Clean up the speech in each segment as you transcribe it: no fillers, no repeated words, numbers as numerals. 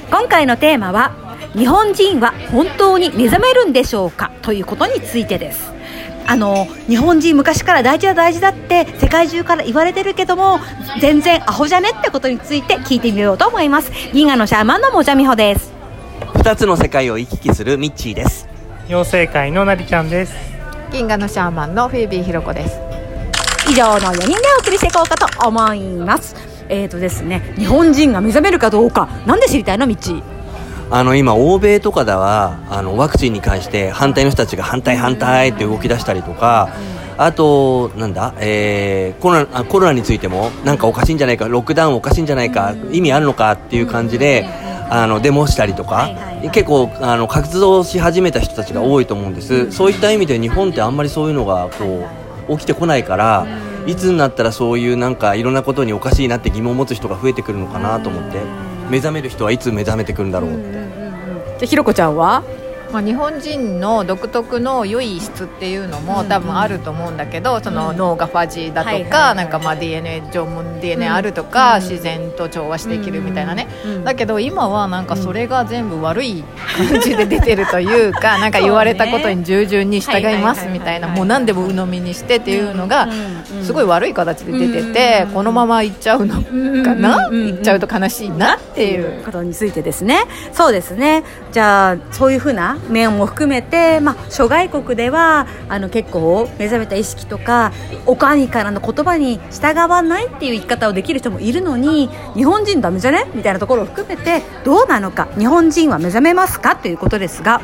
今回のテーマは日本人は本当に目覚めるんでしょうかということについてです。日本人昔から大事だって世界中から言われてるけども全然アホじゃねってことについて聞いてみようと思います。銀河のシャーマンのもじゃみほです。 2つの世界を行き来するミッチーです。 妖精界のなりちゃんです。 銀河のシャーマンのフィービーひろこです。 以上の4人でお送りしていこうかと思います。ですね、日本人が目覚めるかどうかなんで知りたいのミッチー？ 今欧米とかではワクチンに関して反対の人たちが反対って動き出したりとか、あとコロナについてもなんかおかしいんじゃないか、ロックダウンおかしいんじゃないか、意味あるのかっていう感じでデモしたりとか、結構活動し始めた人たちが多いと思うんです。そういった意味で日本ってあんまりそういうのが起きてこないから、いつになったらそういうなんかいろんなことにおかしいなって疑問を持つ人が増えてくるのかなと思って、目覚める人はいつ目覚めてくるんだろうって。 じゃあひろこちゃんは？ 日本人の独特の良い質っていうのも多分あると思うんだけど、その脳がファジーだとか、なんかDNA 縄文 DNA あるとか、自然と調和して生きるみたいなね、だけど今はなんかそれが全部悪い感じで出てるというか、なんか言われたことに従順に従いますみたいな、もう何でも鵜呑みにしてっていうのがすごい悪い形で出てて、このままいっちゃうのかな、いっちゃうと悲しいなっていうことについてですね。そうですね。じゃあそういうふうな面も含めて、諸外国では結構目覚めた意識とかお上からの言葉に従わないっていう生き方をできる人もいるのに、日本人ダメじゃねみたいなところを含めてどうなのか、日本人は目覚めますかということですが、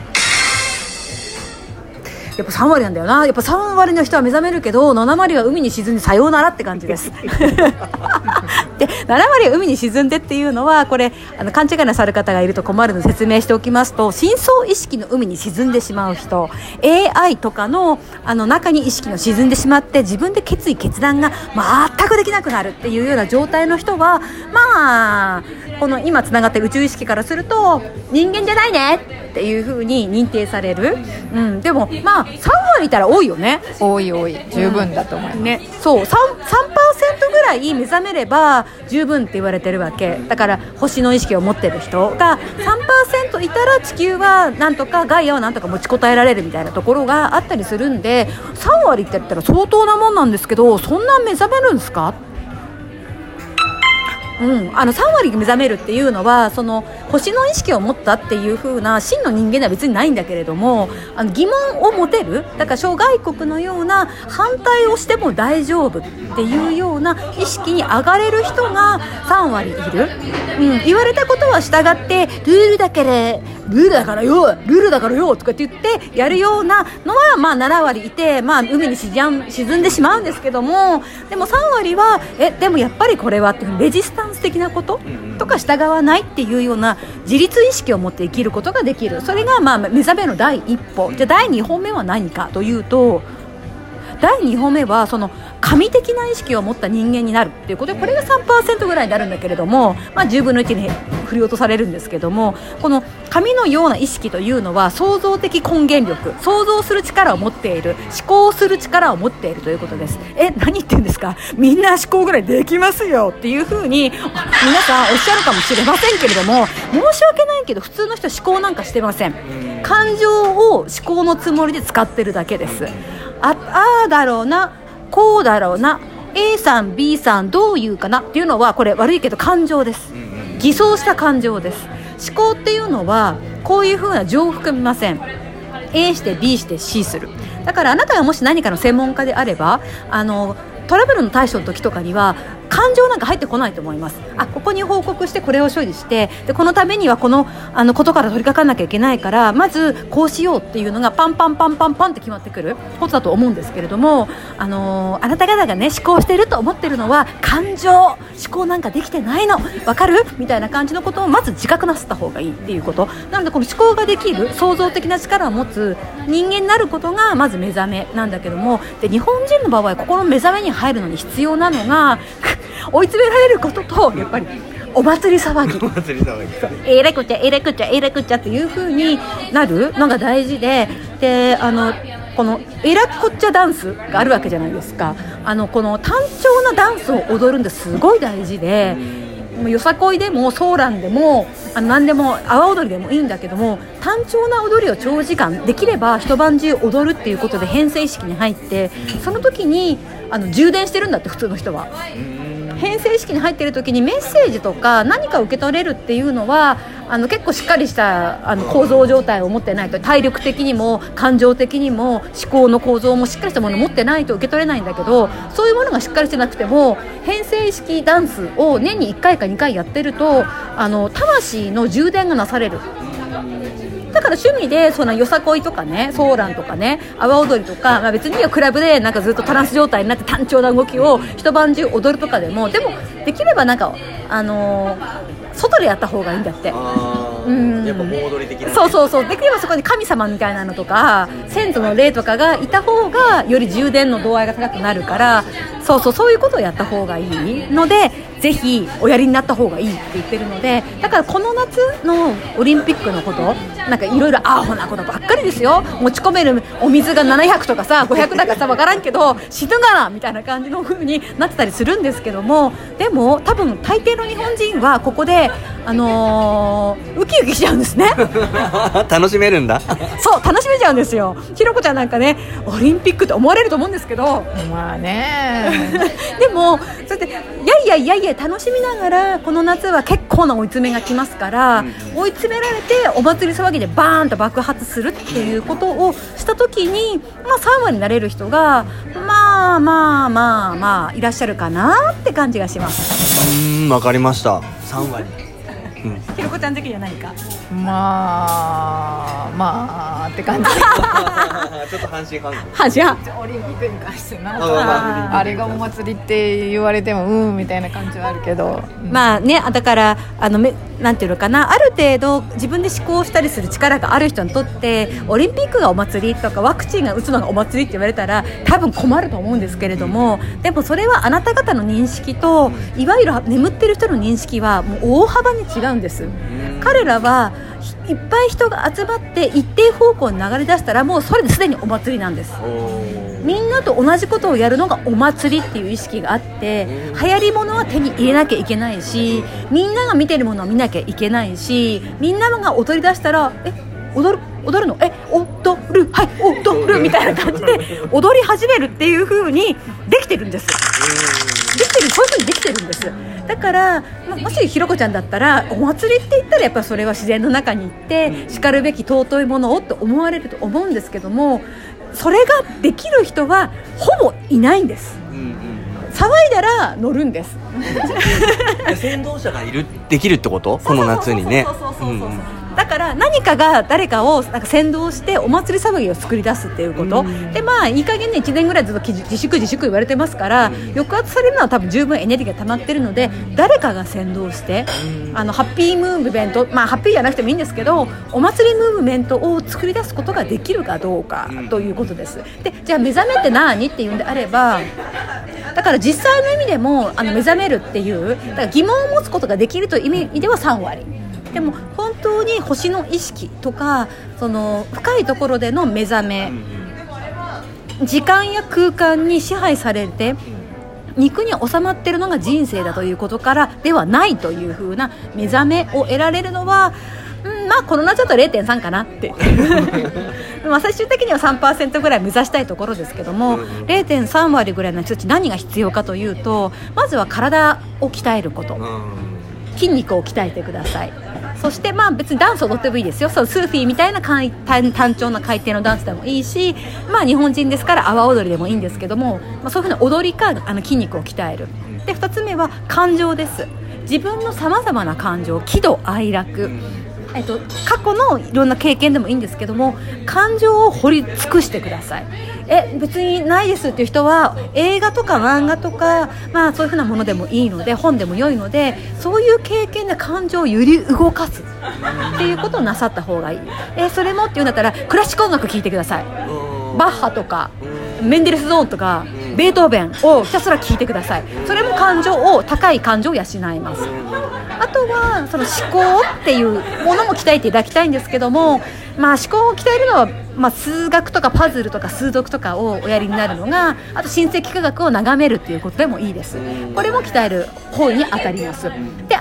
やっぱ3割なんだよな。やっぱ3割の人は目覚めるけど7割は海に沈んでさようならって感じですで7割は海に沈んでっていうのは、これ勘違いなさる方がいると困るので説明しておきますと、深層意識の海に沈んでしまう人、 AI とかの中に意識の沈んでしまって自分で決断が全くできなくなるっていうような状態の人は、この今つながっている宇宙意識からすると人間じゃないねっていう風に認定される、でも3割いたら多いよね。 多い十分だと思います、 そう 3% ぐらい目覚めれば十分って言われてるわけだから、星の意識を持ってる人が 3% いたら地球はなんとか、ガイアはなんとか持ちこたえられるみたいなところがあったりするんで、3割って言ったら相当なもんなんですけど、そんな目覚めるんですか？3割目覚めるっていうのは、その星の意識を持ったっていう風な真の人間では別にないんだけれども、疑問を持てる、だから諸外国のような反対をしても大丈夫っていうような意識に上がれる人が3割いる、言われたことは従ってルールだからよとかって言ってやるようなのは7割いて、海に沈んでしまうんですけども、でも3割はでもやっぱりこれはってレジスタンス的なこととか従わないっていうような自立意識を持って生きることができる。それが目覚めの第一歩。じゃあ第2本目は何かというと、第2本目はその神的な意識を持った人間になるっていうことで、これが 3% ぐらいになるんだけれども、10分の1に振り落とされるんですけども、この神のような意識というのは創造的根源力、想像する力を持っている、思考する力を持っているということです。何言ってんですか、みんな思考ぐらいできますよっていうふうに皆さんおっしゃるかもしれませんけれども、申し訳ないけど普通の人は思考なんかしてません。感情を思考のつもりで使ってるだけです。あだろうな、こうだろうな、 A さん B さんどう言うかなっていうのは、これ悪いけど感情です。偽装した感情です。思考っていうのはこういう風な情を含みません。 A して B して C する。だからあなたがもし何かの専門家であれば、トラブルの対処の時とかには感情なんか入ってこないと思います。ここに報告してこれを処理して、でこのためにはこのことから取り掛かんなきゃいけないから、まずこうしようっていうのがパンパンって決まってくることだと思うんですけれども、あなた方がね思考していると思ってるのは感情、思考なんかできてないの分かるみたいな感じのことをまず自覚なすった方がいいっていうこと。なのでこの思考ができる創造的な力を持つ人間になることがまず目覚めなんだけども、で日本人の場合ここの目覚めに入るのに必要なのが追い詰められることと、やっぱりお祭り騒ぎえらくちゃっていう風になるのが大事で、このえらこっちゃダンスがあるわけじゃないですか。この単調なダンスを踊るんですごい大事で、 よさこいでもソーランでも何でも阿波踊りでもいいんだけども、単調な踊りを長時間できれば一晩中踊るっていうことで編成意識に入って、その時に充電してるんだって、普通の人は。編成意識に入っている時にメッセージとか何か受け取れるっていうのは結構しっかりした構造状態を持ってないと、体力的にも感情的にも思考の構造もしっかりしたものを持ってないと受け取れないんだけど、そういうものがしっかりしてなくても編成意識ダンスを年に1回か2回やってると魂の充電がなされる。だから趣味でそのよさこいとかね、ソーランとかね、阿波踊りとか、別にクラブでなんかずっとトランス状態になって単調な動きを一晩中踊るとかでも、でもできればなんか外でやった方がいいんだって。 やっぱ盆踊り的な、 そうできればそこに神様みたいなのとか先祖の霊とかがいた方がより充電の度合いが高くなるから、そういうことをやった方がいいので、ぜひおやりになった方がいいって言ってるので、だからこの夏のオリンピックのことなんかいろいろアホなことばっかりですよ。持ち込めるお水が700とかさ500だかさ分からんけど死ぬがなみたいな感じの風になってたりするんですけども、でも多分大抵の日本人はここでウキウキしちゃうんですね楽しめるんだそう楽しめちゃうんですよ。ひろこちゃんなんかね、オリンピックって思われると思うんですけど、 まあねでもそうやっていや楽しみながら、この夏は結構な追い詰めが来ますから、追い詰められてお祭り騒ぎでバーンと爆発するっていうことをした時に、3割になれる人がいらっしゃるかなって感じがします。 わかりました。3割ひろこちゃん的には何かって感じちょっと半信半疑。 オリンピックに関してあれがお祭りって言われてもみたいな感じはあるけど、 だからなんていうのかな、ある程度自分で思考したりする力がある人にとってオリンピックがお祭りとかワクチンが打つのがお祭りって言われたら多分困ると思うんですけれども、でもそれはあなた方の認識といわゆる眠ってる人の認識はもう大幅に違うんです。彼らはいっぱい人が集まって一定方向に流れ出したらもうそれですでにお祭りなんです。みんなと同じことをやるのがお祭りっていう意識があって、流行り物は手に入れなきゃいけないし、みんなが見てるものを見なきゃいけないし、みんなが踊り出したら踊るの踊るみたいな感じで踊り始めるっていう風にできてるんです。そういう風にできてるんです。だからもしひろこちゃんだったらお祭りって言ったらやっぱりそれは自然の中に行ってしかるべき尊いものをって思われると思うんですけども、それができる人はほぼいないんです。騒いだら乗るんです先導者ができるってこと？この夏にね。 だから何かが誰かをなんか先導してお祭り騒ぎを作り出すっていうこと、でいい加減ね1年ぐらいずっと自粛言われてますから、抑圧されるのは多分十分エネルギーが溜まってるので、誰かが先導してハッピームーブメント、ハッピーじゃなくてもいいんですけど、お祭りムーブメントを作り出すことができるかどうかということです。でじゃあ目覚めって何っていうんであれば、だから実際の意味でも目覚めるっていうだから疑問を持つことができるという意味では3割でも本当に星の意識とかその深いところでの目覚め、時間や空間に支配されて肉に収まっているのが人生だということからではないという風な目覚めを得られるのは、この夏だと 0.3 かなって最終的には 3% ぐらい目指したいところですけども、0.3 割ぐらいの人たち何が必要かというと、まずは体を鍛えること、筋肉を鍛えてください。そして別にダンスを踊ってもいいですよ。そうスーフィーみたいな単調な回転のダンスでもいいし、日本人ですから阿波踊りでもいいんですけども、そういうふうな踊りか筋肉を鍛える。で2つ目は感情です。自分のさまざまな感情、喜怒哀楽、過去のいろんな経験でもいいんですけども、感情を掘り尽くしてください。別にないですっていう人は映画とか漫画とか、そういうふうなものでもいいので、本でも良いので、そういう経験で感情を揺り動かすっていうことをなさった方がいい。それもっていうんだったらクラシック音楽聴いてください。バッハとかメンデルスゾーンとかベートーベンをひたすら聴いてください。それも高い感情を養います。あとはその思考っていうものも鍛えていただきたいんですけども、思考を鍛えるのは、数学とかパズルとか数読とかをおやりになるのが、あと新石科学を眺めるっていうことでもいいです。これも鍛える方に当たります。で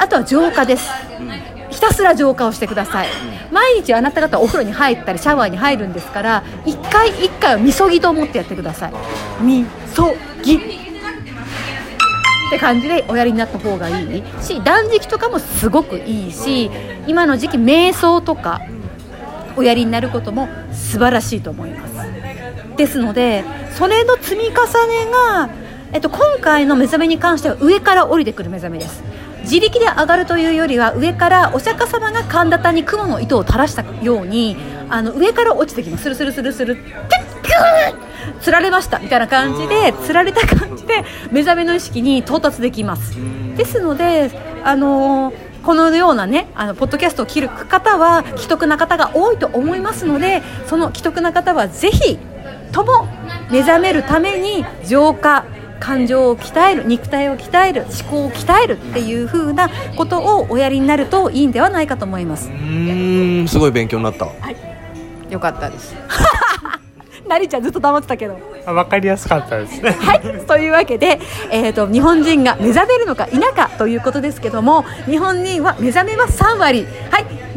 あとは浄化です、ひたすら浄化をしてください。毎日あなた方お風呂に入ったりシャワーに入るんですから、一回一回はみそぎと思ってやってください。みそぎって感じでおやりになった方がいいし、断食とかもすごくいいし、今の時期瞑想とかおやりになることも素晴らしいと思います。ですのでそれの積み重ねが、今回の目覚めに関しては上から降りてくる目覚めです。自力で上がるというよりは、上からお釈迦様が神田に雲の糸を垂らしたように、上から落ちてきます。スルスルスルスルピュッピュー釣られましたみたいな感じで、釣られた感じで目覚めの意識に到達できます。ですのでこのようなね、ポッドキャストを聞く方は既得な方が多いと思いますので、その既得な方はぜひとも目覚めるために浄化、感情を鍛える、肉体を鍛える、思考を鍛えるっていう風なことをおやりになるといいんではないかと思います。 すごい勉強になった、 よかったですなりちゃんずっと黙ってたけど分かりやすかったですねはい、というわけで、日本人が目覚めるのか否かということですけども、日本人は目覚めは3割、はい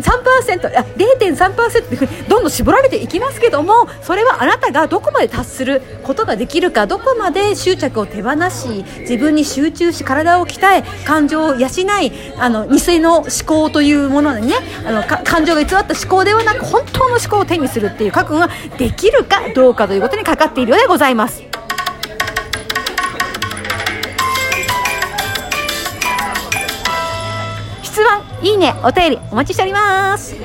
、0.3% でどんどん絞られていきますけども、それはあなたがどこまで達することができるか、どこまで執着を手放し、自分に集中し、体を鍛え、感情を養い、偽の思考というものにね、感情が偽った思考ではなく本当の思考を手にするっていう覚悟ができるかどうかということにかかっているようでございます。質問、いいね、お便りお待ちしております。